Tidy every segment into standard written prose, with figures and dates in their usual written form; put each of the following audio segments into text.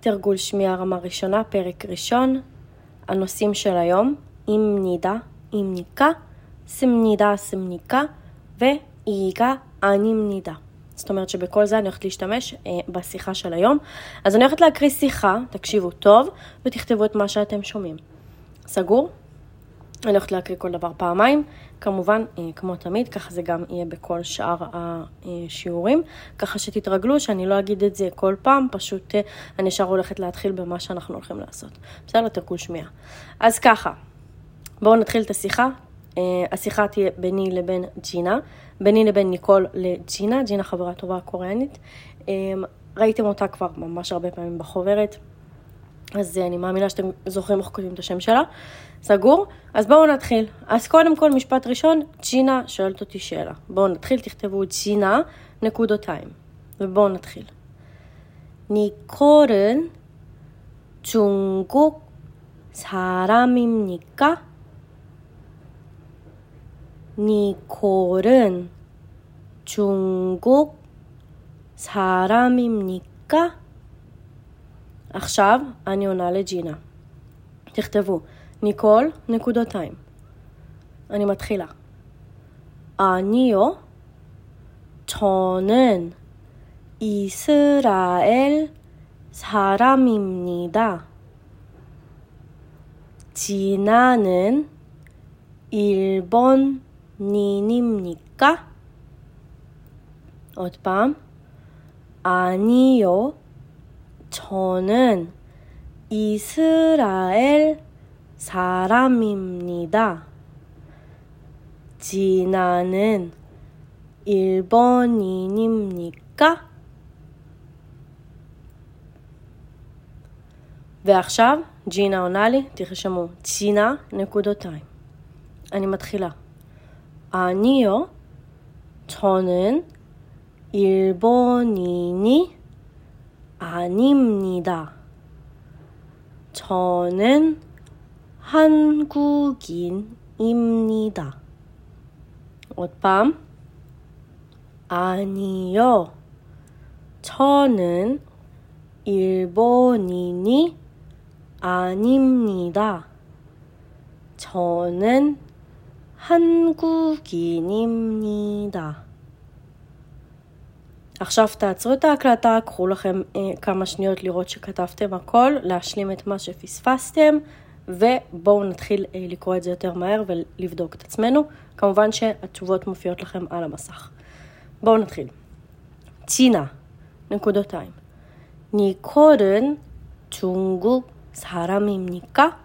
תרגול שמיעה רמה ראשונה, פרק ראשון. הנושאים של היום, 입니다, 입니까, 씁니다, 씁니까, ואי가 아닙니다. זאת אומרת שבכל זה אני הולכת להשתמש בשיחה של היום. אז אני הולכת להקריא שיחה, תקשיבו טוב, ותכתבו את מה שאתם שומעים. סגור? אני הולכת להקריא כל דבר פעמיים, כמובן, כמו תמיד, ככה זה גם יהיה בכל שאר השיעורים, ככה שתתרגלו שאני לא אגיד את זה כל פעם, פשוט אני ישר הולכת להתחיל במה שאנחנו הולכים לעשות. בסדר? תרגול שמיעה. אז ככה, בואו נתחיל את השיחה. השיחה תהיה ביני לבין ג'ינה, ביני לבין ניקול לג'ינה, ג'ינה חברה טובה קוריאנית. ראיתם אותה כבר ממש הרבה פעמים בחוברת, אז אני מאמינה שאתם זוכרים איך כותבים את השם שלה. סגור? אז בואו נתחיל. אז קודם כל משפט ראשון, ג'ינה שואלת אותי שאלה. בואו נתחיל, תכתבו ג'ינה נקודותיים. ובואו נתחיל. 니콜은 중국 사람입니까? 니콜은 중국 사람입니까? עכשיו אני עונה לג'ינה. תכתבו, ניקול, נקודותיים. אני מתחילה. 아니요, 저는 이스라엘 사람입니다. 진아는 일본인입니까? עוד פעם. 아니요, 저는 이스라엘 사람입니다. 진아는 일본인입니까? ועכשיו ג'ינה עונה לי, תרשמו, ג'ינה נקודותיים. אני מתחילה. 아니요, 저는 일본인이 아닙니다. 저는 한국인입니다. עוד פעם. 아니요, 저는 일본인이 아닙니다. 저는 한국인입니다. עכשיו תעצרו את ההקלטה, קחו לכם כמה שניות לראות שכתבתם הכל, להשלים את מה שפספסתם, ובואו נתחיל לקרוא את זה יותר מהר ולבדוק את עצמנו. כמובן שהתשובות מופיעות לכם על המסך. בואו נתחיל. ג'ינה, נקודותיים. 니콜은 중국 사람입니까?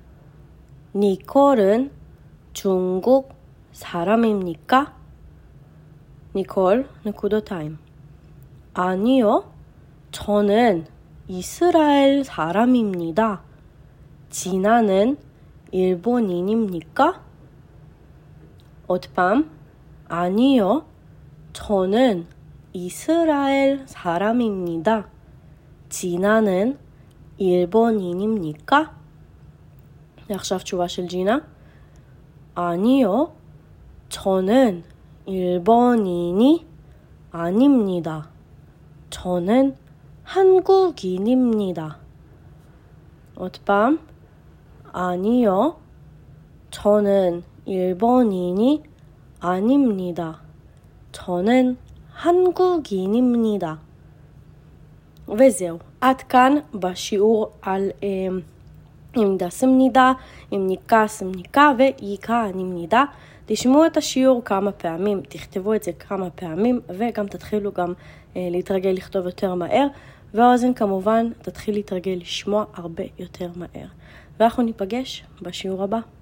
니콜은 중국 사람입니까? 니콜, נקודותיים. 아니요, 저는 이스라엘 사람입니다. 진아는 일본인입니까? עוד פעם. 아니요, 저는 이스라엘 사람입니다. 진아는 일본인입니까? עכשיו תשובה של ג'ינה. 아니요, 저는 일본인이 아닙니다. 저는 한국인입니다. עוד פעם. 아니요, 저는 일본인이 아닙니다. 저는 한국인입니다. וזהו, עד כאן בשיעור על עמדה סמנידה, עמניקה, סמניקה ואיקה ענימנידה. תשמעו את השיעור כמה פעמים, תכתבו את זה כמה פעמים, וגם תתחילו גם להתרגל לכתוב יותר מהר, והאוזן כמובן תתחיל להתרגל לשמוע הרבה יותר מהר. ואנחנו ניפגש בשיעור הבא.